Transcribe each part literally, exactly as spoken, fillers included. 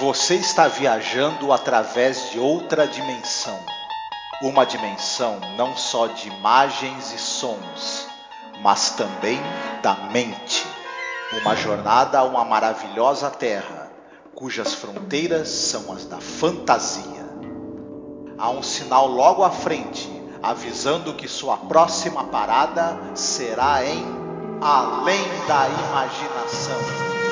Você está viajando através de outra dimensão. Uma dimensão não só de imagens e sons, mas também da mente. Uma jornada a uma maravilhosa terra, cujas fronteiras são as da fantasia. Há um sinal logo à frente, avisando que sua próxima parada será em Além da Imaginação.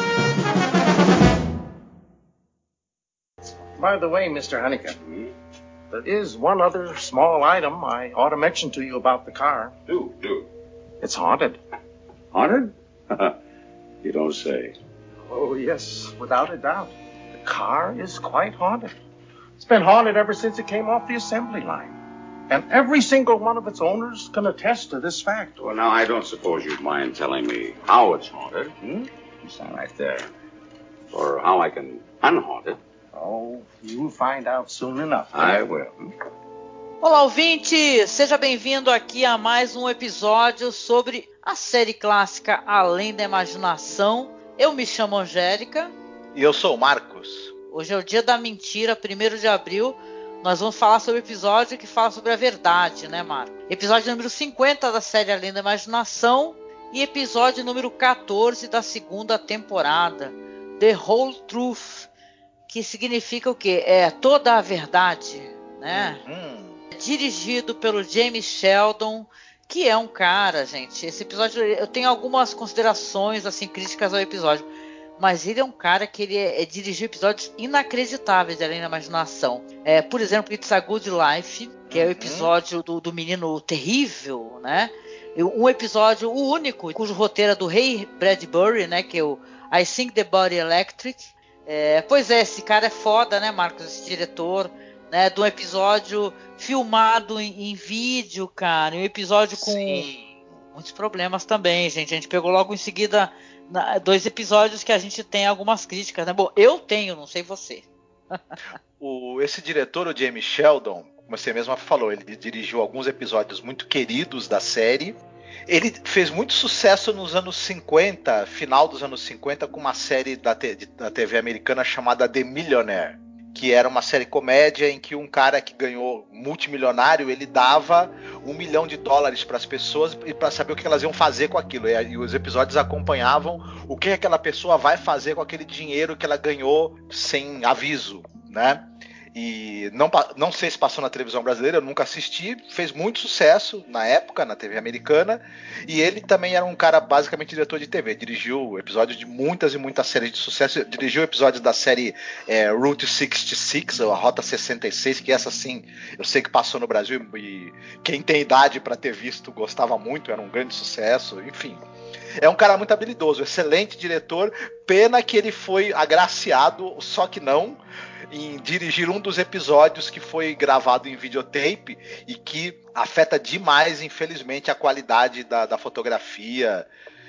By the way, Mister Honeycutt, there is one other small item I ought to mention to you about the car. Do, do. It's haunted. Haunted? You don't say. Oh, yes, without a doubt. The car is quite haunted. It's been haunted ever since it came off the assembly line. And every single one of its owners can attest to this fact. Well, now, I don't suppose you'd mind telling me how it's haunted. Hmm? You stand right there. Or how I can unhaunt it. Oh, you'll find out soon enough. I will. Olá, ouvinte! Seja bem-vindo aqui a mais um episódio sobre a série clássica Além da Imaginação. Eu me chamo Angélica. E eu sou o Marcos. Hoje é o dia da mentira, primeiro de abril. Nós vamos falar sobre o episódio que fala sobre a verdade, né, Marcos? Episódio número cinquenta da série Além da Imaginação e episódio número quatorze da segunda temporada, The Whole Truth, que significa o quê? É toda a verdade, né? Uhum. Dirigido pelo James Sheldon, que é um cara, gente. Esse episódio, eu tenho algumas considerações, assim, críticas ao episódio, mas ele é um cara que ele é, é, dirigiu episódios inacreditáveis de Além da Imaginação. É, por exemplo, It's a Good Life, que uhum. é o episódio do, do menino terrível, né? Um episódio, o único, cujo roteiro é do Ray Bradbury, né? Que é o I Think the Body Electric. É, pois é, esse cara é foda, né, Marcos? Esse diretor, né? De um episódio filmado em, em vídeo, cara. Um episódio com Sim. muitos problemas também, gente. A gente pegou logo em seguida na, dois episódios que a gente tem algumas críticas, né? Bom, eu tenho, não sei você. o, esse diretor, o James Sheldon, como você mesmo falou, ele dirigiu alguns episódios muito queridos da série. Ele fez muito sucesso nos anos cinquenta, final dos anos cinquenta, com uma série da, te, da T V americana chamada The Millionaire, que era uma série comédia em que um cara que ganhou multimilionário, ele dava um milhão de dólares para as pessoas para saber o que elas iam fazer com aquilo. E, e os episódios acompanhavam o que aquela pessoa vai fazer com aquele dinheiro que ela ganhou sem aviso, né? E não, não sei se passou na televisão brasileira, eu nunca assisti, fez muito sucesso na época, na T V americana, e ele também era um cara basicamente diretor de T V, dirigiu episódios de muitas e muitas séries de sucesso, dirigiu episódios da série é, Route sessenta e seis, ou a Rota sessenta e seis, que essa sim, eu sei que passou no Brasil, e quem tem idade para ter visto gostava muito, era um grande sucesso, enfim. É um cara muito habilidoso, excelente diretor, pena que ele foi agraciado, só que não, em dirigir um dos episódios que foi gravado em videotape e que afeta demais, infelizmente, a qualidade da, da fotografia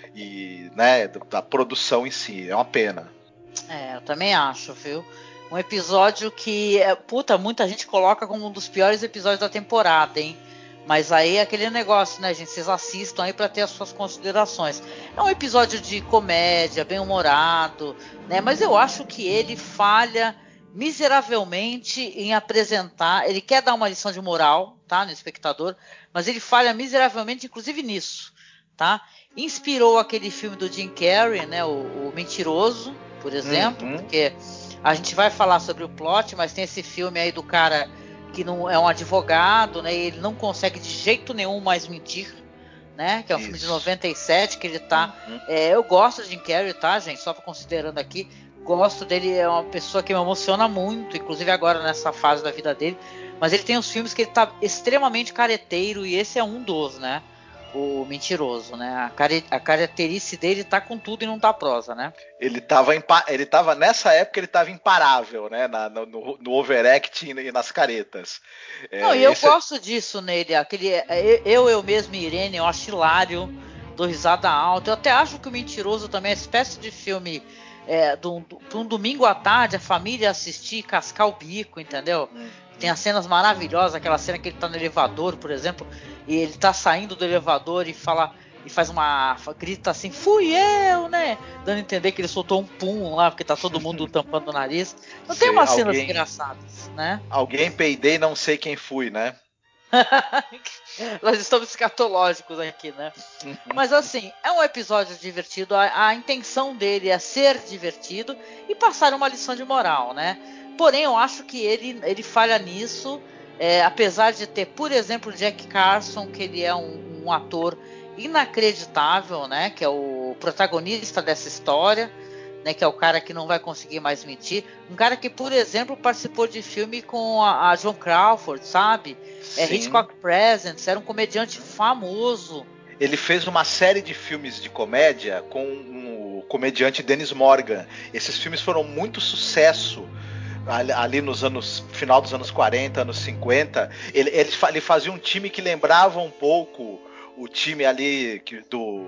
e, né, da produção em si. É uma pena. É, eu também acho, viu? Um episódio que, puta, muita gente coloca como um dos piores episódios da temporada, hein? Mas aí é aquele negócio, né, gente? Vocês assistam aí para ter as suas considerações. É um episódio de comédia, bem humorado, né? Mas eu acho que ele falha miseravelmente em apresentar. Ele quer dar uma lição de moral, tá, no espectador, mas ele falha miseravelmente, inclusive nisso, tá? Inspirou aquele filme do Jim Carrey, né, o, o Mentiroso, por exemplo, uhum. porque a gente vai falar sobre o plot, mas tem esse filme aí do cara que não é um advogado, né? E ele não consegue de jeito nenhum mais mentir, né? Que é um Isso. filme de noventa e sete que ele tá. Uhum. É, eu gosto de Jim Carrey, tá, gente? Só considerando aqui, gosto dele, é uma pessoa que me emociona muito, inclusive agora nessa fase da vida dele. Mas ele tem uns filmes que ele tá extremamente careteiro e esse é um dos, né? O Mentiroso, né? A, care, a caracterice dele tá com tudo e não tá prosa, né? Ele tava, impa, ele tava nessa época ele tava imparável, né? Na, no, no overact e nas caretas. Não, é, e eu esse... gosto disso nele. Aquele, eu, eu mesmo e Irene, eu acho hilário, dou risada alta. Eu até acho que o Mentiroso também é uma espécie de filme é, de, um, de um domingo à tarde, a família assistir e cascar o bico, entendeu? Hum. Tem as cenas maravilhosas, aquela cena que ele tá no elevador, por exemplo, e ele tá saindo do elevador e fala, e faz uma. grita assim, fui eu, né? Dando a entender que ele soltou um pum lá, porque tá todo mundo tampando o nariz. Então tem Sei, umas cenas alguém- engraçadas, né? Alguém peidei, não sei quem fui, né? Nós estamos escatológicos aqui, né? Mas assim, é um episódio divertido. A, a intenção dele é ser divertido e passar uma lição de moral, né? Porém, eu acho que ele, ele falha nisso. É, apesar de ter, por exemplo, Jack Carson, que ele é um, um ator inacreditável, né? Que é o protagonista dessa história, né? Que é o cara que não vai conseguir mais mentir. Um cara que, por exemplo, participou de filme com a, a Joan Crawford, sabe? É, Sim. Hitchcock Presents, era um comediante famoso. Ele fez uma série de filmes de comédia com o comediante Dennis Morgan. Esses filmes foram muito sucesso ali, ali nos anos final dos anos quarenta, anos cinquenta. Ele, ele, ele fazia um time que lembrava um pouco o time ali que, do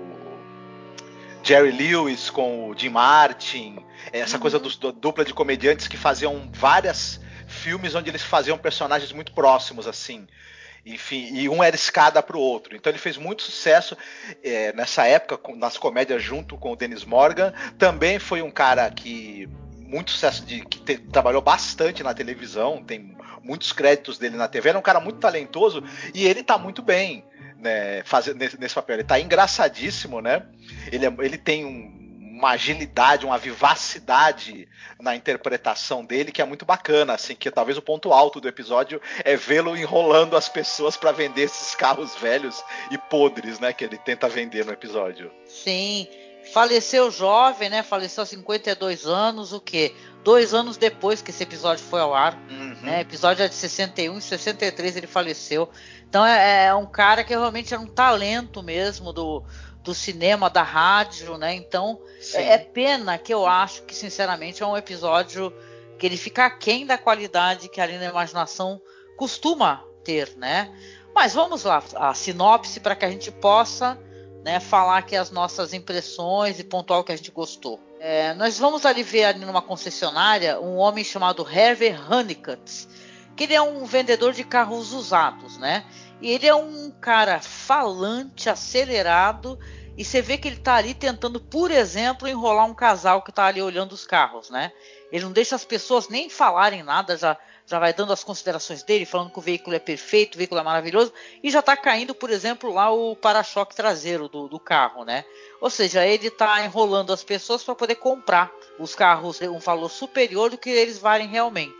Jerry Lewis com o Jim Martin. Essa uhum. coisa do, do dupla de comediantes que faziam vários filmes onde eles faziam personagens muito próximos assim. Enfim, e um era escada para o outro. Então ele fez muito sucesso é, nessa época nas comédias junto com o Dennis Morgan. Também foi um cara que muito sucesso de que te, trabalhou bastante na televisão. Tem muitos créditos dele na T V. Era um cara muito talentoso e ele tá muito bem, né, fazendo nesse, nesse papel. Ele tá engraçadíssimo, né? Ele, é, ele tem um uma agilidade, uma vivacidade na interpretação dele que é muito bacana, assim, que talvez o ponto alto do episódio é vê-lo enrolando as pessoas para vender esses carros velhos e podres, né, que ele tenta vender no episódio. Sim, faleceu jovem, né, faleceu aos cinquenta e dois anos, o quê? Dois anos depois que esse episódio foi ao ar, uhum. né, o episódio é de sessenta e um, em sessenta e três ele faleceu, então é, é um cara que realmente era um talento mesmo do do cinema, da rádio, né? Então é, é pena que eu acho que, sinceramente, é um episódio que ele fica aquém da qualidade que ali na imaginação costuma ter, né? Mas vamos lá, a sinopse para que a gente possa, né, falar aqui as nossas impressões e pontuar o que a gente gostou. É, nós vamos ali ver ali numa concessionária um homem chamado Harvey Honeycutt, que ele é um vendedor de carros usados, né? E ele é um cara falante, acelerado, e você vê que ele está ali tentando, por exemplo, enrolar um casal que está ali olhando os carros, né? Ele não deixa as pessoas nem falarem nada, já, já vai dando as considerações dele, falando que o veículo é perfeito, o veículo é maravilhoso, e já está caindo, por exemplo, lá o para-choque traseiro do, do carro, né? Ou seja, ele está enrolando as pessoas para poder comprar os carros um valor superior do que eles valem realmente.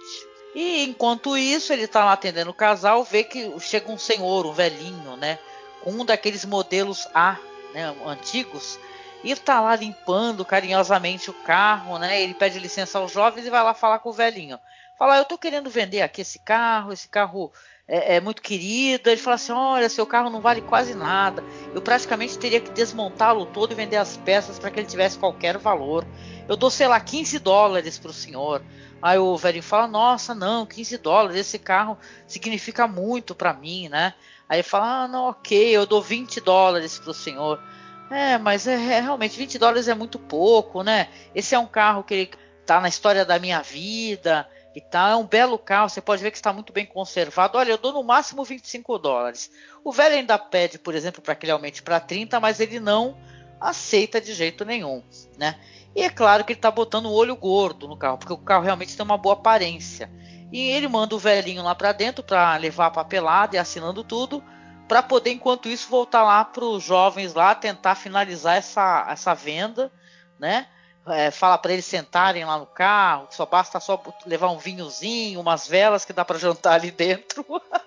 E enquanto isso, ele tá lá atendendo o casal, vê que chega um senhor, um velhinho, né? Com um daqueles modelos A, né, antigos, e tá lá limpando carinhosamente o carro, né? Ele pede licença aos jovens e vai lá falar com o velhinho. Fala, eu tô querendo vender aqui esse carro, esse carro é, é muito querido. Ele fala assim, olha, seu carro não vale quase nada. Eu praticamente teria que desmontá-lo todo e vender as peças para que ele tivesse qualquer valor. Eu dou, sei lá, quinze dólares pro senhor. Aí o velhinho fala, nossa, não, quinze dólares, esse carro significa muito para mim, né? Aí ele fala, ah, não, ok, eu dou vinte dólares pro senhor. É, mas é, é, realmente vinte dólares é muito pouco, né? Esse é um carro que ele tá na história da minha vida e tal, é um belo carro, você pode ver que está muito bem conservado. Olha, eu dou no máximo vinte e cinco dólares. O velho ainda pede, por exemplo, para que ele aumente para trinta, mas ele não aceita de jeito nenhum, né? E é claro que ele está botando o olho gordo no carro, porque o carro realmente tem uma boa aparência. E ele manda o velhinho lá para dentro para levar a papelada e assinando tudo, para poder, enquanto isso, voltar lá para os jovens lá, tentar finalizar essa, essa venda, né? É, fala para eles sentarem lá no carro, que só basta só levar um vinhozinho, umas velas que dá para jantar ali dentro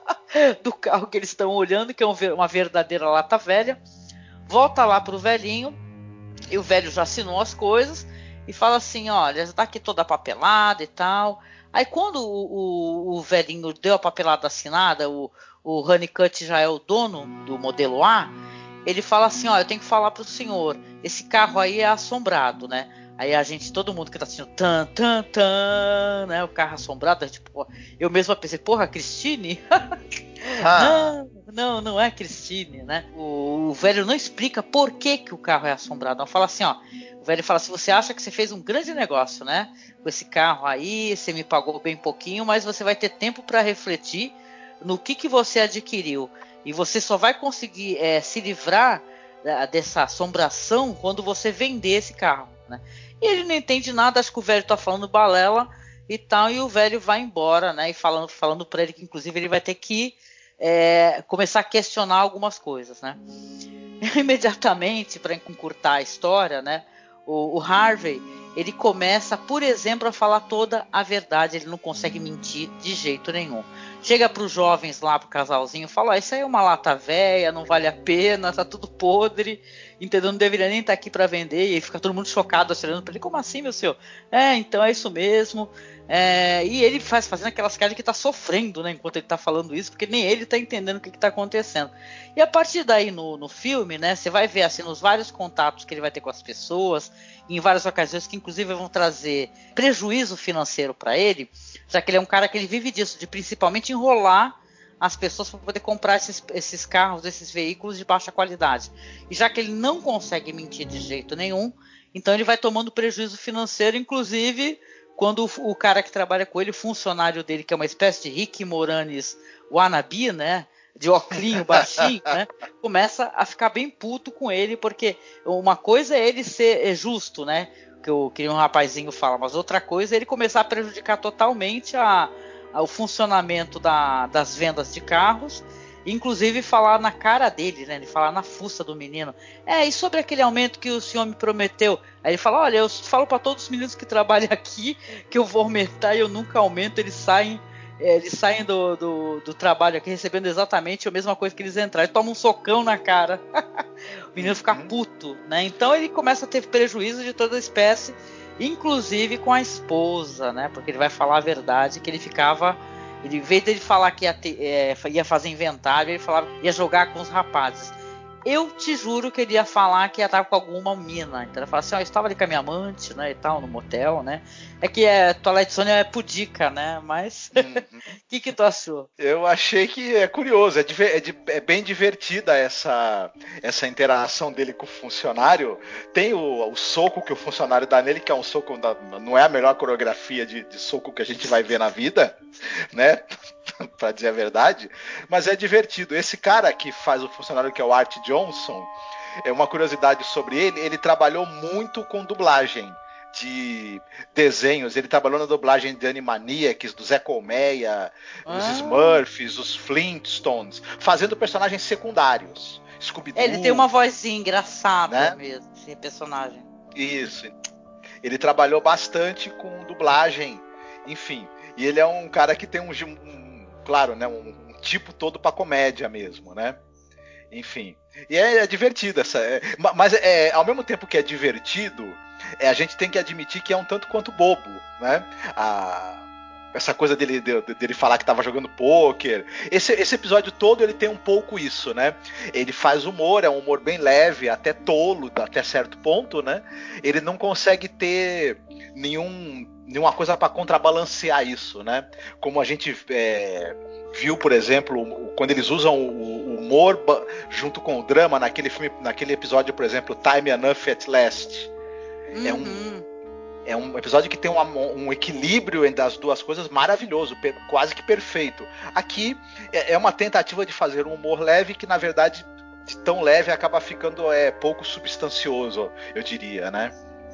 do carro que eles estão olhando, que é um, uma verdadeira lata velha. Volta lá para o velhinho, e o velho já assinou as coisas e fala assim, olha, está aqui toda a papelada e tal. Aí quando o, o, o velhinho deu a papelada assinada, o, o Honeycutt já é o dono do modelo A, ele fala assim, ó, eu tenho que falar pro senhor, esse carro aí é assombrado, né? Aí a gente, todo mundo que tá assistindo, tan, tan, tan, né? O carro assombrado, a gente, pô, eu mesma pensei, porra, Christine? Ah. Não, não, não é Christine, né? O, o velho não explica por que, que o carro é assombrado. Não fala assim, ó. O velho fala assim, você acha que você fez um grande negócio, né? Com esse carro aí, você me pagou bem pouquinho, mas você vai ter tempo para refletir no que, que você adquiriu. E você só vai conseguir é, se livrar dessa assombração quando você vender esse carro, né? E ele não entende nada, acho que o velho tá falando balela e tal, e o velho vai embora, né? E falando, falando para ele que inclusive ele vai ter que é, começar a questionar algumas coisas, né? E, imediatamente, para encurtar a história, né? O, o Harvey, ele começa, por exemplo, a falar toda a verdade. Ele não consegue mentir de jeito nenhum. Chega para os jovens lá, pro casalzinho, fala: ah, isso aí é uma lata velha, não vale a pena, tá tudo podre, entendeu? Não deveria nem estar aqui para vender. E aí fica todo mundo chocado, olhando para ele: como assim, meu senhor? É, então é isso mesmo. É, e ele faz fazendo aquelas caras que tá sofrendo, né, enquanto ele tá falando isso, porque nem ele tá entendendo o que, que tá acontecendo. E a partir daí no, no filme, né, você vai ver assim nos vários contatos que ele vai ter com as pessoas, em várias ocasiões que inclusive vão trazer prejuízo financeiro para ele, já que ele é um cara que ele vive disso, de principalmente enrolar as pessoas para poder comprar esses, esses carros, esses veículos de baixa qualidade. E já que ele não consegue mentir de jeito nenhum, então ele vai tomando prejuízo financeiro, inclusive quando o, o cara que trabalha com ele, o funcionário dele, que é uma espécie de Rick Moranis wannabe, né, de óculinho baixinho, né, começa a ficar bem puto com ele, porque uma coisa é ele ser justo, né, que o, que um rapazinho fala, mas outra coisa é ele começar a prejudicar totalmente a, a, o funcionamento da, das vendas de carros, inclusive falar na cara dele, né? Ele falar na fuça do menino. É, e sobre aquele aumento que o senhor me prometeu? Aí ele fala: olha, eu falo para todos os meninos que trabalham aqui que eu vou aumentar e eu nunca aumento. Eles saem, é, eles saem do, do, do trabalho aqui recebendo exatamente a mesma coisa que eles entraram. Ele toma um socão na cara. O menino fica puto, né? Então ele começa a ter prejuízo de toda espécie, inclusive com a esposa, né? Porque ele vai falar a verdade, que ele ficava... Ele, em vez dele falar que ia, ter, é, ia fazer inventário, ele falava ia jogar com os rapazes. Eu te juro que ele ia falar que ia estar com alguma mina. Então ele fala assim: ó, eu estava ali com a minha amante, né, e tal, no motel, né. É que é, Twilight Zone é pudica, né, mas... O uhum. que que tu achou? Eu achei que é curioso, é, é, de, é bem divertida essa, essa interação dele com o funcionário. Tem o, o soco que o funcionário dá nele, que é um soco, da, não é a melhor coreografia de, de soco que a gente vai ver na vida, né? Pra dizer a verdade, mas é divertido. Esse cara que faz o funcionário, que é o Art Johnson, é uma curiosidade sobre ele, ele trabalhou muito com dublagem de desenhos. Ele trabalhou na dublagem de Animaniacs, do Zé Colmeia, ah. os Smurfs, os Flintstones, fazendo personagens secundários. Scooby-Doo. É, ele tem uma vozinha engraçada, né? Mesmo, esse personagem. Isso. Ele trabalhou bastante com dublagem, enfim. E ele é um cara que tem um, um claro, né, um, um tipo todo pra comédia mesmo, né? Enfim. E é, é divertido essa. É, mas é, ao mesmo tempo que é divertido, é, a gente tem que admitir que é um tanto quanto bobo, né? A, essa coisa dele, dele, dele falar que tava jogando pôquer. Esse, esse episódio todo ele tem um pouco isso, né? Ele faz humor, é um humor bem leve, até tolo, até certo ponto, né? Ele não consegue ter nenhum, nenhuma coisa para contrabalancear isso, né? Como a gente é, viu, por exemplo, quando eles usam o humor junto com o drama naquele filme, naquele episódio, por exemplo, Time Enough at Last. Uhum. É um É um episódio que tem uma, um equilíbrio entre as duas coisas maravilhoso, per, quase que perfeito. Aqui é, é uma tentativa de fazer um humor leve que, na verdade, de tão leve acaba ficando é, pouco substancioso, eu diria, né?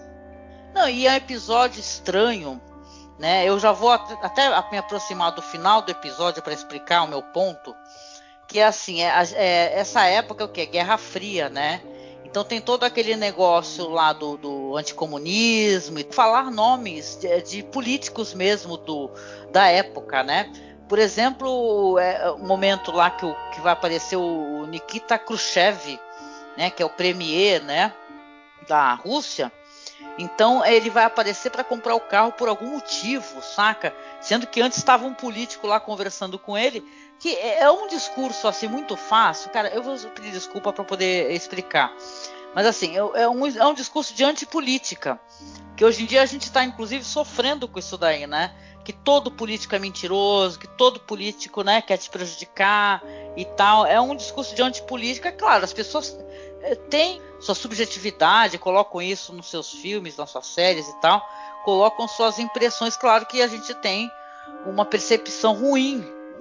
Não, e é um episódio estranho, né? Eu já vou até me aproximar do final do episódio para explicar o meu ponto, que é assim, é, é, essa época é o que? Guerra Fria, né? Então tem todo aquele negócio lá do, do anticomunismo, e falar nomes de, de políticos mesmo do, da época, né? Por exemplo, é, o momento lá que, o, que vai aparecer o Nikita Khrushchev, né? Que é o premier, né? Da Rússia. Então ele vai aparecer para comprar o carro por algum motivo, saca? Sendo que antes estava um político lá conversando com ele, que é um discurso assim muito fácil. Cara, eu vou pedir desculpa para poder explicar. Mas assim, é um, é um discurso de antipolítica, que hoje em dia a gente está inclusive sofrendo com isso daí, né? Que todo político é mentiroso, que todo político, né, quer te prejudicar e tal. É um discurso de antipolítica. Claro, as pessoas têm sua subjetividade, colocam isso nos seus filmes, nas suas séries e tal, colocam suas impressões. Claro que a gente tem uma percepção ruim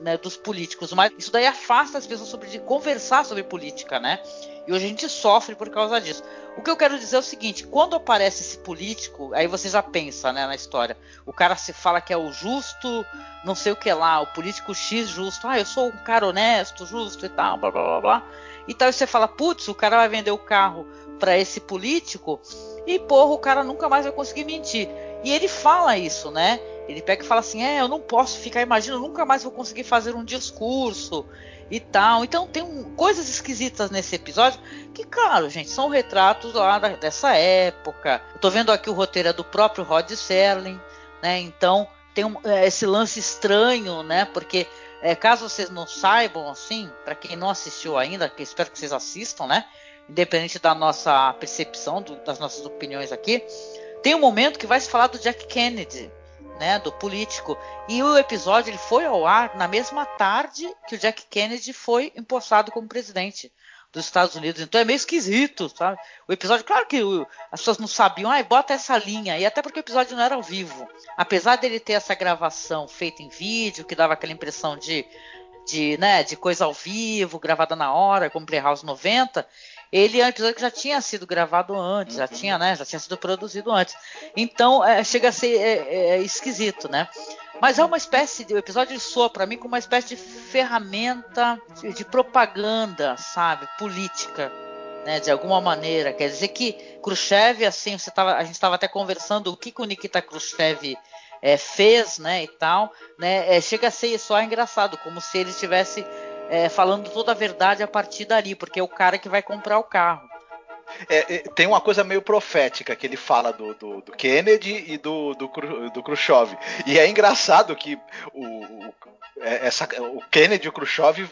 né, dos políticos, mas isso daí afasta as pessoas sobre de conversar sobre política, né? E hoje a gente sofre por causa disso. O que eu quero dizer é o seguinte: quando aparece esse político, aí você já pensa, né, na história. O cara se fala que é o justo, não sei o que lá, o político X justo. Ah, eu sou um cara honesto, justo e tal, blá blá blá blá. E tal, e você fala, putz, o cara vai vender o carro para esse político e, porra, o cara nunca mais vai conseguir mentir. E ele fala isso, né? Ele pega e fala assim, é, eu não posso ficar, imagina, eu nunca mais vou conseguir fazer um discurso e tal. Então tem um, coisas esquisitas nesse episódio que, claro, gente, são retratos lá da, dessa época. Eu tô vendo aqui o roteiro é do próprio Rod Serling, né? Então tem um, é, esse lance estranho, né? Porque é, caso vocês não saibam, assim, para quem não assistiu ainda, que espero que vocês assistam, né? Independente da nossa percepção, do, das nossas opiniões aqui, tem um momento que vai se falar do Jack Kennedy, né, do político, e o episódio ele foi ao ar na mesma tarde que o Jack Kennedy foi empossado como presidente dos Estados Unidos. Então é meio esquisito, sabe? O episódio, claro que o, as pessoas não sabiam, ah, bota essa linha, e até porque o episódio não era ao vivo. Apesar dele ter essa gravação feita em vídeo, que dava aquela impressão de, de, né, de coisa ao vivo, gravada na hora, como Playhouse noventa, ele é um episódio que já tinha sido gravado antes, já tinha, né, já tinha sido produzido antes. Então é, chega a ser é, é, esquisito, né? Mas é uma espécie de. O episódio soa para mim como uma espécie de ferramenta de, de propaganda, sabe? Política, né? De alguma maneira. Quer dizer que Khrushchev, assim, você tava, a gente estava até conversando o que, que o Nikita Khrushchev é, fez, né? E tal, né? É, chega a ser só engraçado, como se ele estivesse é, falando toda a verdade a partir dali, porque é o cara que vai comprar o carro. É, é, tem uma coisa meio profética que ele fala do, do, do Kennedy e do, do, do Khrushchev. E é engraçado que o, o, essa, o Kennedy e o Khrushchev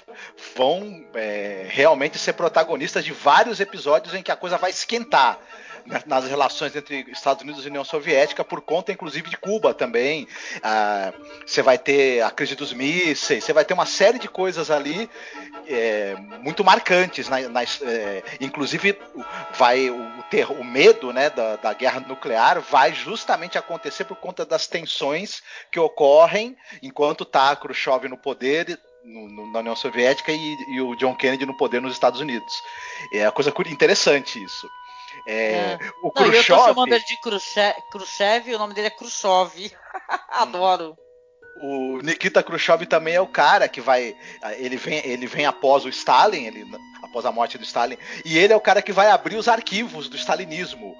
vão é, realmente ser protagonistas de vários episódios em que a coisa vai esquentar nas relações entre Estados Unidos e União Soviética, por conta inclusive de Cuba também. Ah, você vai ter a crise dos mísseis, você vai ter uma série de coisas ali é, muito marcantes, na, na, é, inclusive vai o, ter, o medo, né, da, da guerra nuclear vai justamente acontecer por conta das tensões que ocorrem enquanto está Khrushchev no poder no, no, na União Soviética e, e o John Kennedy no poder nos Estados Unidos. É uma coisa interessante isso. É, é. O Não, Khrushchev, eu tô chamando ele de Khrushchev, Khrushchev e o nome dele é Khrushchev. Adoro. O Nikita Khrushchev também é o cara que vai. Ele vem, ele vem após o Stalin, ele, após a morte do Stalin, e ele é o cara que vai abrir os arquivos do stalinismo.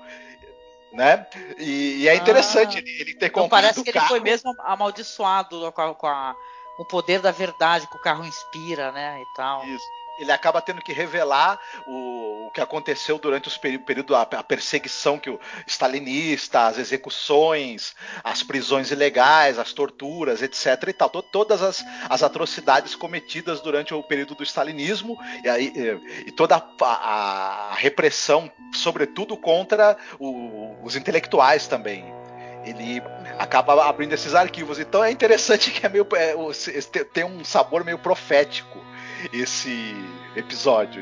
Né? E, e é interessante Ah, ele, ele ter então comprado parece o que ele carro. foi mesmo amaldiçoado com, a, com a, o poder da verdade que o carro inspira, né, e tal. Isso. Ele acaba tendo que revelar o, o que aconteceu durante os peri- período a, a perseguição que o stalinista, as execuções, as prisões ilegais, as torturas, etc. E tal, to, todas as, as atrocidades cometidas durante o período do stalinismo e, aí, e, e toda a, a, a repressão, sobretudo contra o, os intelectuais também. Ele acaba abrindo esses arquivos. Então é interessante que é meio, é, tem um sabor meio profético esse episódio.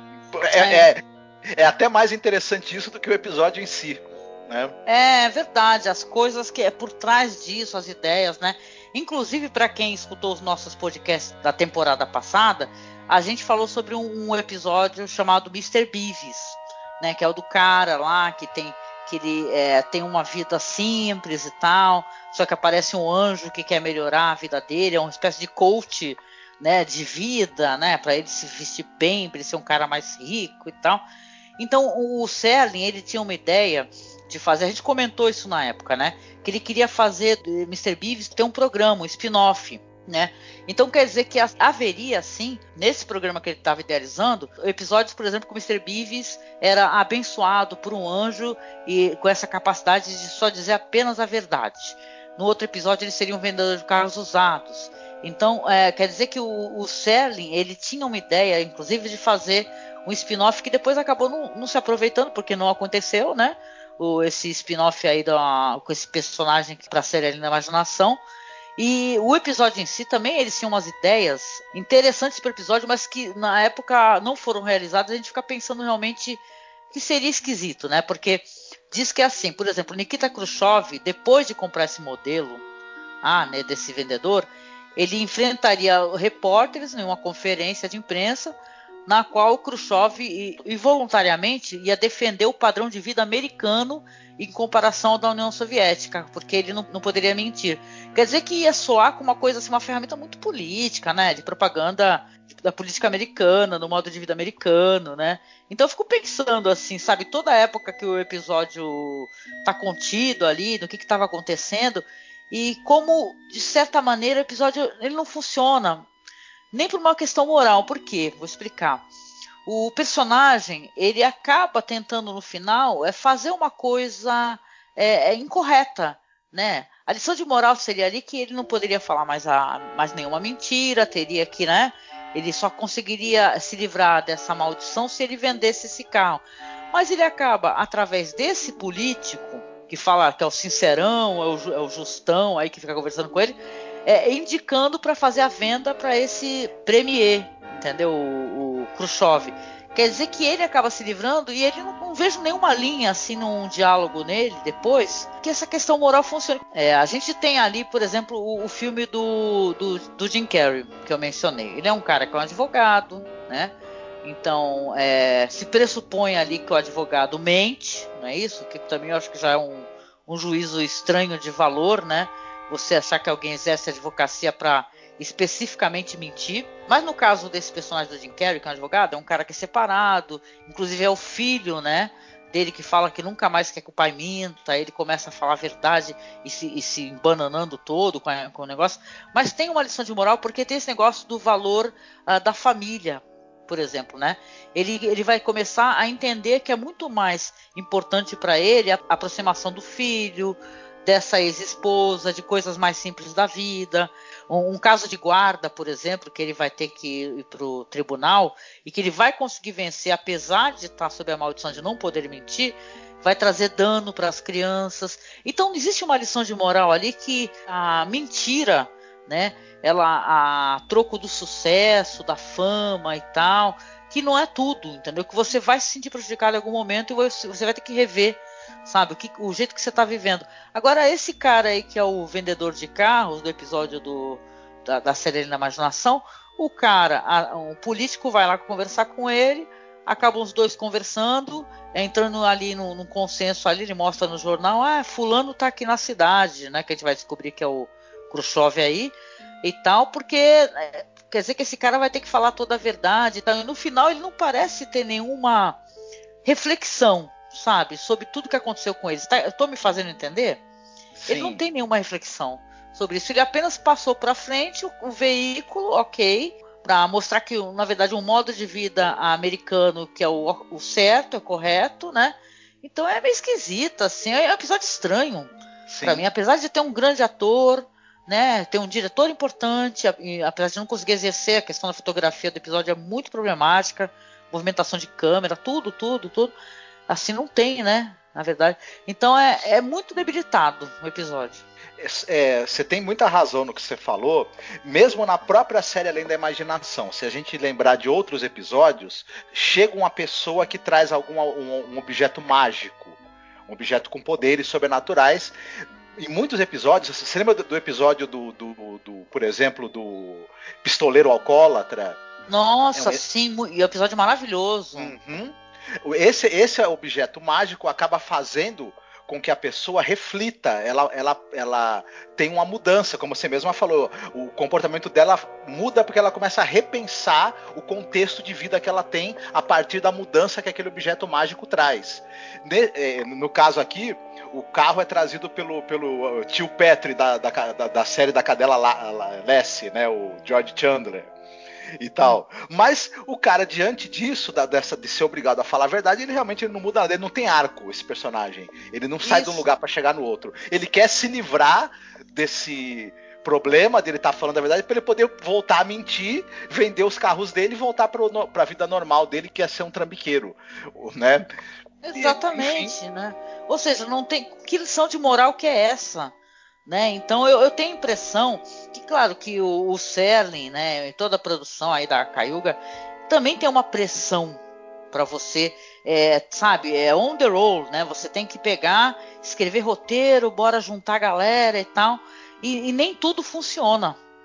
É, é, é até mais interessante isso do que o episódio em si. Né? É verdade, as coisas que é por trás disso, as ideias, né? Inclusive, para quem escutou os nossos podcasts da temporada passada, a gente falou sobre um, um episódio chamado mister Beavis, né? Que é o do cara lá que tem que ele é, tem uma vida simples e tal, só que aparece um anjo que quer melhorar a vida dele, é uma espécie de coach, né, de vida, né, para ele se vestir bem, para ele ser um cara mais rico e tal. Então o Serling, ele tinha uma ideia de fazer, a gente comentou isso na época, né, que ele queria fazer mister Beavis ter um programa, um spin-off, né? Então quer dizer que haveria, sim, nesse programa que ele estava idealizando, episódios, por exemplo, que o mister Beavis era abençoado por um anjo e com essa capacidade de só dizer apenas a verdade. No outro episódio ele seria um vendedor de carros usados. Então é, quer dizer que o, o Serling, ele tinha uma ideia, inclusive, de fazer um spin-off que depois acabou não, não se aproveitando, porque não aconteceu, né? O, esse spin-off aí da, com esse personagem para ser ali na imaginação. E o episódio em si também, eles tinham umas ideias interessantes para o episódio, mas que na época não foram realizadas. A gente fica pensando realmente que seria esquisito, né? Porque diz que é assim, por exemplo, Nikita Khrushchev, depois de comprar esse modelo ah, né, desse vendedor, ele enfrentaria repórteres em uma conferência de imprensa, na qual o Khrushchev involuntariamente ia defender o padrão de vida americano em comparação ao da União Soviética, porque ele não, não poderia mentir. Quer dizer que ia soar como uma coisa, assim, uma ferramenta muito política, né, de propaganda da política americana, do modo de vida americano, né. Então eu fico pensando assim, sabe, toda a época que o episódio está contido ali, do que estava acontecendo, e como, de certa maneira, o episódio ele não funciona nem por uma questão moral. Por quê? Vou explicar. O personagem, ele acaba tentando no final é fazer uma coisa é, é incorreta, né? A lição de moral seria ali que ele não poderia falar mais, a, mais nenhuma mentira, teria que, né? Ele só conseguiria se livrar dessa maldição se ele vendesse esse carro. Mas ele acaba, através desse político, que fala que é o sincerão, é o, é o justão, aí que fica conversando com ele, é, indicando para fazer a venda para esse premier, entendeu? O, o Khrushchev. Quer dizer que ele acaba se livrando e ele não, não vejo nenhuma linha assim num diálogo nele depois que essa questão moral funcione. É, a gente tem ali, por exemplo, o, o filme do, do, do Jim Carrey, que eu mencionei. Ele é um cara que é um advogado, né? Então, é, se pressupõe ali que o advogado mente, não é isso? Que também eu acho que já é um, um juízo estranho de valor, né? Você achar que alguém exerce advocacia para especificamente mentir. Mas no caso desse personagem do Jim Carrey, que é um advogado, é um cara que é separado, inclusive é o filho, né, dele que fala que nunca mais quer que o pai minta, aí ele começa a falar a verdade e se, e se embananando todo com, a, com o negócio. Mas tem uma lição de moral porque tem esse negócio do valor uh, da família, por exemplo, né? Ele, ele vai começar a entender que é muito mais importante para ele a aproximação do filho, dessa ex-esposa, de coisas mais simples da vida. Um, um caso de guarda, por exemplo, que ele vai ter que ir para o tribunal e que ele vai conseguir vencer, apesar de estar sob a maldição de não poder mentir, vai trazer dano para as crianças. Então existe uma lição de moral ali que a mentira, né, ela a troco do sucesso, da fama e tal, que não é tudo, entendeu? Que você vai se sentir prejudicado em algum momento e você, você vai ter que rever, sabe, o, que, o jeito que você está vivendo. Agora, esse cara aí que é o vendedor de carros do episódio do, da, da série na Imaginação, o cara, a, um político vai lá conversar com ele, acabam os dois conversando, entrando ali num, num consenso ali, ele mostra no jornal, ah, fulano tá aqui na cidade, né, que a gente vai descobrir que é o Khrushchev aí, e tal, porque é, quer dizer que esse cara vai ter que falar toda a verdade e tal, e no final ele não parece ter nenhuma reflexão, sabe, sobre tudo que aconteceu com eles. Tá, eu tô me fazendo entender? Sim. Ele não tem nenhuma reflexão sobre isso. Ele apenas passou para frente o, o veículo, ok, para mostrar que, na verdade, um modo de vida americano que é o, o certo, é correto, né? Então é meio esquisito, assim, é um episódio estranho para mim, apesar de ter um grande ator, né, ter um diretor importante, apesar de não conseguir exercer, a questão da fotografia do episódio é muito problemática, movimentação de câmera, tudo, tudo, tudo. Assim não tem, né? Na verdade. Então é, é muito debilitado o episódio. É, você tem muita razão no que você falou, mesmo na própria série Além da Imaginação. Se a gente lembrar de outros episódios, chega uma pessoa que traz algum, um, um objeto mágico, um objeto com poderes sobrenaturais. Em muitos episódios, você lembra do, do episódio do, do, do, do, por exemplo, do Pistoleiro Alcoólatra? Nossa, é um... sim, e um episódio maravilhoso. Uhum. Esse, esse objeto mágico acaba fazendo com que a pessoa reflita, ela, ela, ela tem uma mudança, como você mesma falou, o comportamento dela muda porque ela começa a repensar o contexto de vida que ela tem a partir da mudança que aquele objeto mágico traz. No caso aqui, o carro é trazido pelo, pelo tio Petri da, da, da série da Cadela Lassie, né, o George Chandler e tal. Mas o cara, diante disso, da, dessa, de ser obrigado a falar a verdade, ele realmente ele não muda nada, ele não tem arco, esse personagem. Ele não sai Isso. de um lugar para chegar no outro. Ele quer se livrar desse problema dele estar tá falando a verdade para ele poder voltar a mentir, vender os carros dele e voltar para a vida normal dele, que é ser um trambiqueiro, né? Exatamente, e, né? Ou seja, não tem que lição de moral que é essa? Né? Então eu, eu tenho a impressão que, claro, que o, o Serling, né, e toda a produção aí da Cayuga também tem uma pressão para você, é, sabe, é on the roll, né? Você tem que pegar, escrever roteiro, bora juntar a galera e tal, e, e nem tudo funciona,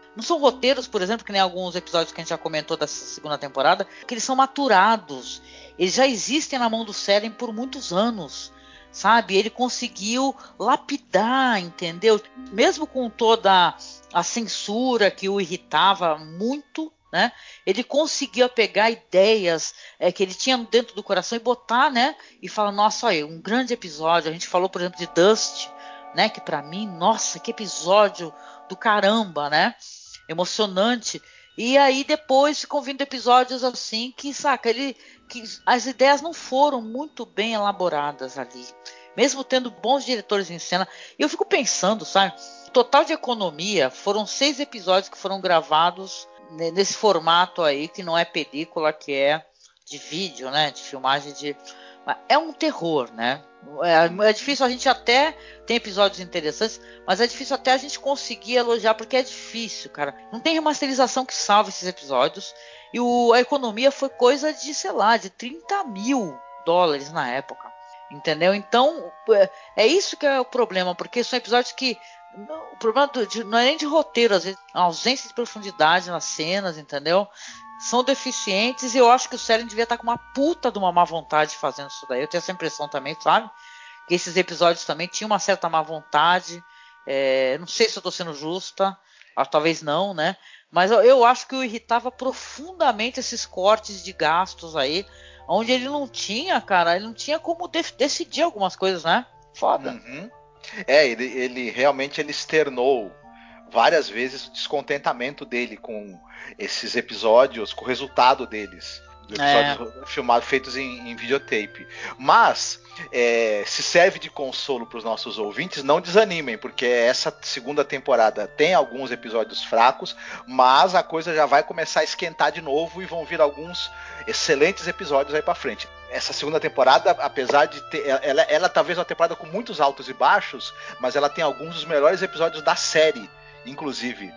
Não são roteiros, por exemplo, que nem alguns episódios que a gente já comentou dessa segunda temporada, que eles são maturados. Eles já existem na mão do Seren por muitos anos, sabe? Ele conseguiu lapidar, entendeu? Mesmo com toda a censura que o irritava muito, né? Ele conseguia pegar ideias é, que ele tinha dentro do coração e botar, né? E falar, nossa, olha, um grande episódio. A gente falou, por exemplo, de Dust, né? Que pra mim, nossa, que episódio do caramba, né? Emocionante. E aí depois ficam vindo episódios assim que, saca, ele, que as ideias não foram muito bem elaboradas ali. Mesmo tendo bons diretores em cena. E eu fico pensando, sabe? Total de economia, foram seis episódios que foram gravados nesse formato aí, que não é película, que é de vídeo, né? De filmagem de... É um terror, né? É, é difícil a gente até... Tem episódios interessantes, mas é difícil até a gente conseguir elogiar, porque é difícil, cara. Não tem remasterização que salve esses episódios. E o, a economia foi coisa de, sei lá, de trinta mil dólares na época. Entendeu? Então, é, é isso que é o problema, porque são episódios que... O problema do, de, não é nem de roteiro, às vezes, a ausência de profundidade nas cenas, entendeu? São deficientes e eu acho que o Seren devia estar com uma puta de uma má vontade fazendo isso daí. Eu tenho essa impressão também, sabe? Que esses episódios também tinham uma certa má vontade. É, não sei se eu estou sendo justa, ah, talvez não, né? Mas eu, eu acho que o irritava profundamente esses cortes de gastos aí, onde ele não tinha, cara, ele não tinha como de- decidir algumas coisas, né? Foda. Uhum. É, ele, ele realmente ele externou várias vezes o descontentamento dele com esses episódios, com o resultado deles. Episódios é. filmados, feitos em, em videotape. Mas, é, se serve de consolo para os nossos ouvintes, não desanimem, porque essa segunda temporada tem alguns episódios fracos, mas a coisa já vai começar a esquentar de novo e vão vir alguns excelentes episódios aí para frente. Essa segunda temporada, apesar de ter... Ela, ela talvez é uma temporada com muitos altos e baixos, mas ela tem alguns dos melhores episódios da série, inclusive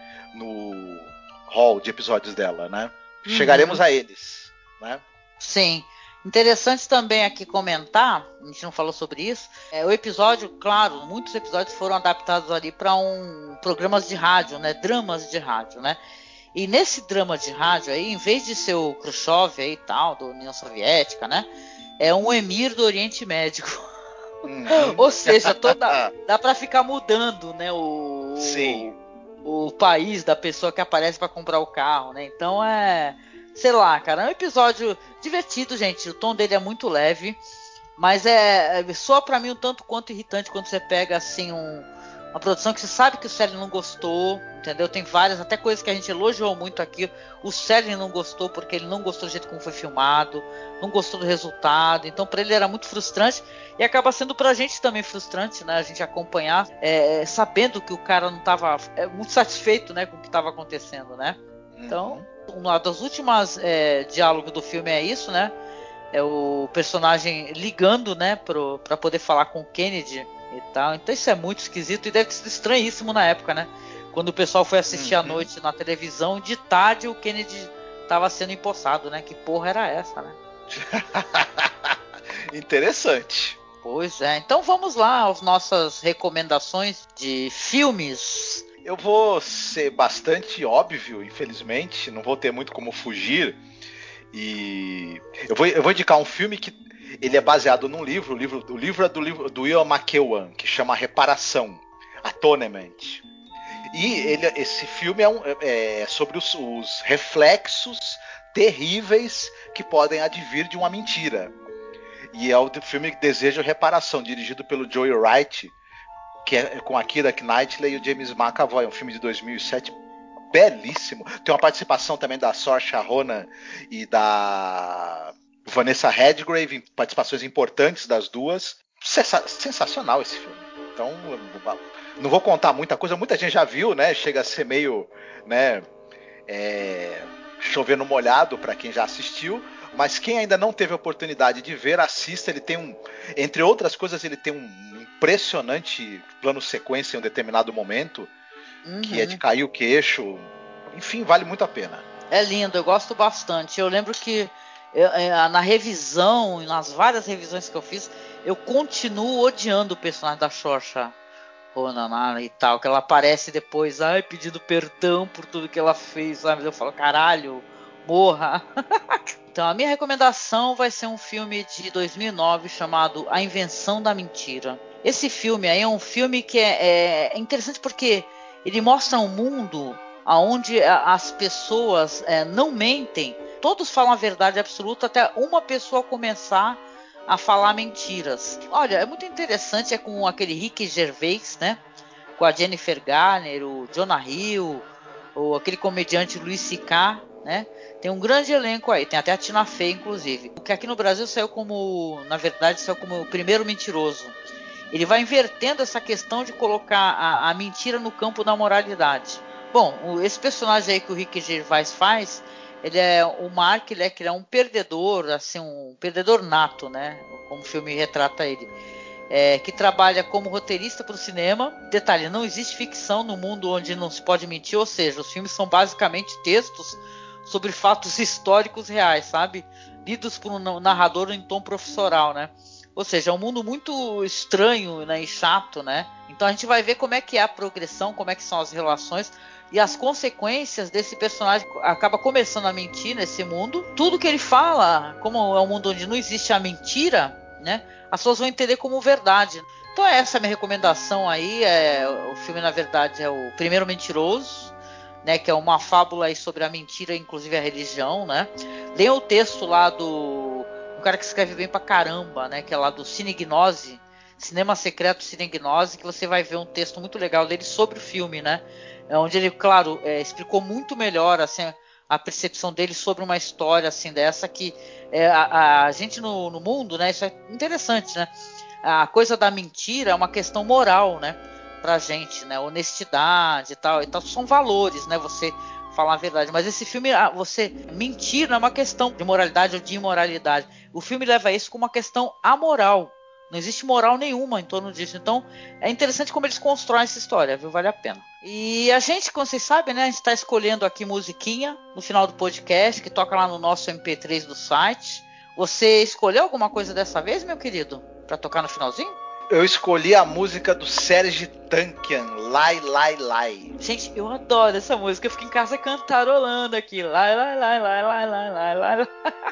no hall de episódios dela, né? Uhum. Chegaremos a eles, né? Sim. Interessante também aqui comentar, a gente não falou sobre isso, é, o episódio, claro, muitos episódios foram adaptados ali para um programas de rádio, né? Dramas de rádio, né? E nesse drama de rádio aí, em vez de ser o Khrushchev aí e tal, da União Soviética, né? É um emir do Oriente Médio. Uhum. Ou seja, toda, dá para ficar mudando, né? O, Sim. O, o país da pessoa que aparece para comprar o carro, né? Então é... Sei lá, cara, é um episódio divertido, gente. O tom dele é muito leve, mas é, é só pra mim um tanto quanto irritante quando você pega assim um, uma produção que você sabe que o Seren não gostou, entendeu? Tem várias, até coisas que a gente elogiou muito aqui. O Seren não gostou porque ele não gostou do jeito como foi filmado, não gostou do resultado. Então pra ele era muito frustrante e acaba sendo pra gente também frustrante, né? A gente acompanhar, é, sabendo que o cara não tava é, muito satisfeito, né, com o que tava acontecendo, né? Então... Uhum. Um dos últimos é, diálogos do filme é isso, né? É o personagem ligando, né, pro, pra poder falar com o Kennedy e tal. Então isso é muito esquisito e deve ser estranhíssimo na época, né? Quando o pessoal foi assistir uhum. à noite na televisão, de tarde o Kennedy tava sendo empossado, né? Que porra era essa, né? Interessante. Pois é. Então vamos lá às nossas recomendações de filmes. Eu vou ser bastante óbvio, infelizmente, não vou ter muito como fugir. E eu vou, eu vou indicar um filme que ele é baseado num livro, o livro, o livro é do, livro, do Ian McEwan, que chama Reparação, Atonement. E ele, esse filme é, um, é sobre os, os reflexos terríveis que podem advir de uma mentira. E é o filme Desejo Reparação, dirigido pelo Joey Wright, que é com a Keira Knightley e o James McAvoy, um filme de dois mil e sete belíssimo. Tem uma participação também da Saoirse Ronan e da Vanessa Redgrave, participações importantes das duas. Sensa- sensacional esse filme. Então, não vou contar muita coisa, muita gente já viu, né? Chega a ser meio, né, é, chovendo molhado para quem já assistiu. Mas quem ainda não teve a oportunidade de ver, assista. Ele tem um, entre outras coisas, ele tem um impressionante plano sequência em um determinado momento, uhum. que é de cair o queixo. Enfim, vale muito a pena. É lindo, eu gosto bastante. Eu lembro que eu, na revisão, nas várias revisões que eu fiz, eu continuo odiando o personagem da Saoirse Ronan e tal, que ela aparece depois, ai, pedindo perdão por tudo que ela fez, sabe? Eu falo, caralho, morra. Então a minha recomendação vai ser um filme de dois mil e nove chamado A Invenção da Mentira. Esse filme aí é um filme que é, é interessante porque ele mostra um mundo onde as pessoas é, não mentem, todos falam a verdade absoluta até uma pessoa começar a falar mentiras. Olha, é muito interessante, é com aquele Ricky Gervais, né? Com a Jennifer Garner, o Jonah Hill, ou aquele comediante Louis C K, né? Tem um grande elenco aí, tem até a Tina Fey, inclusive. O que aqui no Brasil saiu como, na verdade, saiu como o primeiro mentiroso. Ele vai invertendo essa questão de colocar a, a mentira no campo da moralidade. Bom, o, esse personagem aí que o Ricky Gervais faz, ele é o Mark, ele é, que ele é um perdedor, assim, um perdedor nato, né? Como o filme retrata ele. É, que trabalha como roteirista para o cinema. Detalhe, não existe ficção no mundo onde não se pode mentir, ou seja, os filmes são basicamente textos sobre fatos históricos reais, sabe? Lidos por um narrador em tom professoral, né? Ou seja, é um mundo muito estranho, né, e chato, né? Então a gente vai ver como é que é a progressão, como é que são as relações e as consequências desse personagem acaba começando a mentir nesse mundo. Tudo que ele fala, como é um mundo onde não existe a mentira, né? As pessoas vão entender como verdade. Então essa é a minha recomendação aí. É, o filme, na verdade, é o Primeiro Mentiroso, né? Que é uma fábula aí sobre a mentira, inclusive a religião, né? Leia o texto lá do um cara que escreve bem pra caramba, né? Que é lá do Cine Gnose, Cinema Secreto Cine Gnose, que você vai ver um texto muito legal dele sobre o filme, né? É onde ele, claro, é, explicou muito melhor, assim, a percepção dele sobre uma história assim dessa que é, a, a gente no, no mundo, né? Isso é interessante, né? A coisa da mentira é uma questão moral, né? Pra gente, né? Honestidade e tal, e tal, são valores, né? Você falar a verdade. Mas esse filme, você mentir não é uma questão de moralidade ou de imoralidade. O filme leva isso como uma questão amoral. Não existe moral nenhuma em torno disso. Então, é interessante como eles constroem essa história, viu? Vale a pena. E a gente, como vocês sabem, né? A gente está escolhendo aqui musiquinha no final do podcast, que toca lá no nosso M P três do site. Você escolheu alguma coisa dessa vez, meu querido? Para tocar no finalzinho? Eu escolhi a música do Serj Tankian, Lai Lai Lai. Gente, eu adoro essa música. Eu fico em casa cantarolando aqui. Lai Lai Lai Lai Lai Lai Lai Lai.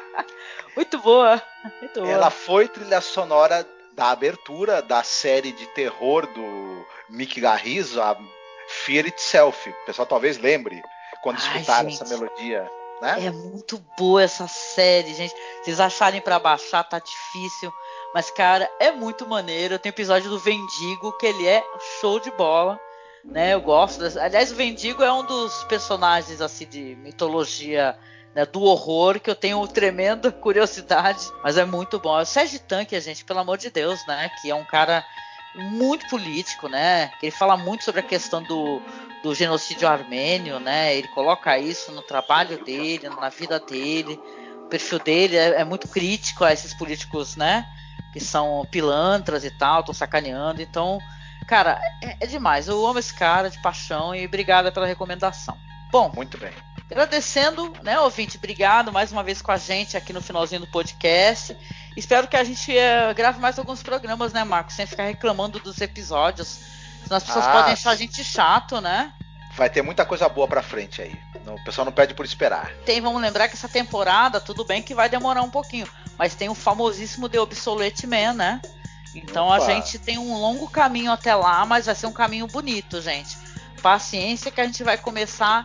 Muito boa. Muito boa. Ela foi trilha sonora da abertura da série de terror do Mick Garris, a Fear Itself. O pessoal talvez lembre quando Ai, escutaram gente, essa melodia, né? É muito boa essa série, gente. Vocês acharem pra baixar, tá difícil. Mas, cara, é muito maneiro. Tem episódio do Vendigo, que ele é show de bola, né? Eu gosto. Das... Aliás, o Vendigo é um dos personagens, assim, de mitologia, né, do horror, que eu tenho tremenda curiosidade. Mas é muito bom. É o Serj Tankian, gente, pelo amor de Deus, né? Que é um cara muito político, né? Ele fala muito sobre a questão do, do genocídio armênio, né? Ele coloca isso no trabalho dele, na vida dele. O perfil dele é, é muito crítico a esses políticos, né? Que são pilantras e tal, estão sacaneando. Então, cara, é, é demais. Eu amo esse cara de paixão e obrigada pela recomendação. Bom, muito bem. Agradecendo, né, ouvinte, obrigado mais uma vez com a gente aqui no finalzinho do podcast. Espero que a gente é, grave mais alguns programas, né, Marcos? Sem ficar reclamando dos episódios. Senão as pessoas ah, podem achar a gente chato, né? Vai ter muita coisa boa pra frente aí. O pessoal não pede por esperar. Tem, vamos lembrar que essa temporada, tudo bem que vai demorar um pouquinho, mas tem o famosíssimo The Obsolete Man, né? Então Opa. A gente tem um longo caminho até lá, mas vai ser um caminho bonito, gente. Paciência que a gente vai começar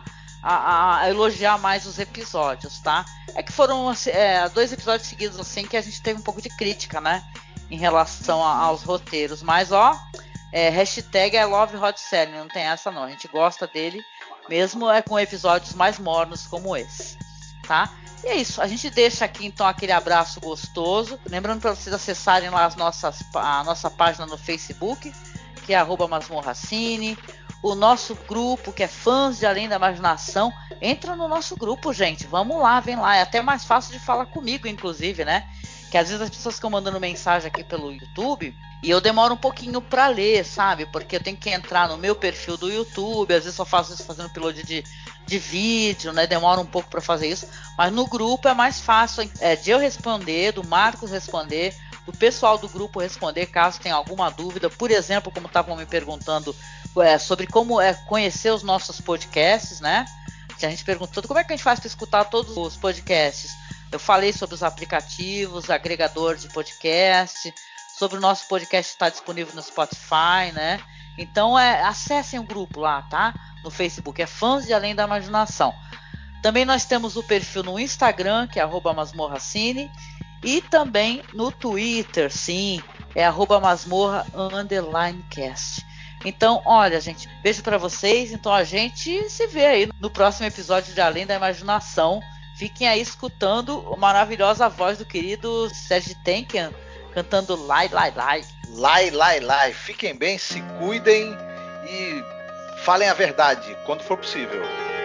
A, a elogiar mais os episódios, tá? É que foram é, dois episódios seguidos assim que a gente teve um pouco de crítica, né? Em relação a, aos roteiros. Mas ó, é, hashtag I love Rod Serling, não tem essa não. A gente gosta dele, mesmo é com episódios mais mornos como esse, tá? E é isso, a gente deixa aqui então aquele abraço gostoso. Lembrando para vocês acessarem lá as nossas, a nossa página no Facebook, que é arroba masmorracine. O nosso grupo, que é Fãs de Além da Imaginação, entra no nosso grupo, gente. Vamos lá, vem lá. É até mais fácil de falar comigo, inclusive, né? Que às vezes as pessoas ficam mandando mensagem aqui pelo YouTube e eu demoro um pouquinho pra ler, sabe? Porque eu tenho que entrar no meu perfil do YouTube. Às vezes só faço isso fazendo upload de, de vídeo, né? Demora um pouco pra fazer isso. Mas no grupo é mais fácil é, de eu responder, do Marcos responder. do pessoal do grupo responder caso tenha alguma dúvida. Por exemplo, como estavam me perguntando é, sobre como é conhecer os nossos podcasts, né? A gente perguntou como é que a gente faz para escutar todos os podcasts. Eu falei sobre os aplicativos, agregador de podcast, sobre o nosso podcast estar disponível no Spotify, né? Então é, acessem o grupo lá, tá? No Facebook, é Fãs de Além da Imaginação. Também nós temos o perfil no Instagram, que é arroba masmorracine, e também no Twitter, sim, é arroba masmorra underline cast. Então, olha, gente, beijo pra vocês. Então a gente se vê aí no próximo episódio de Além da Imaginação. Fiquem aí escutando a maravilhosa voz do querido Serge Tankian cantando Lai, Lai, Lai. Lai, Lai, Lai. Fiquem bem, se cuidem e falem a verdade quando for possível.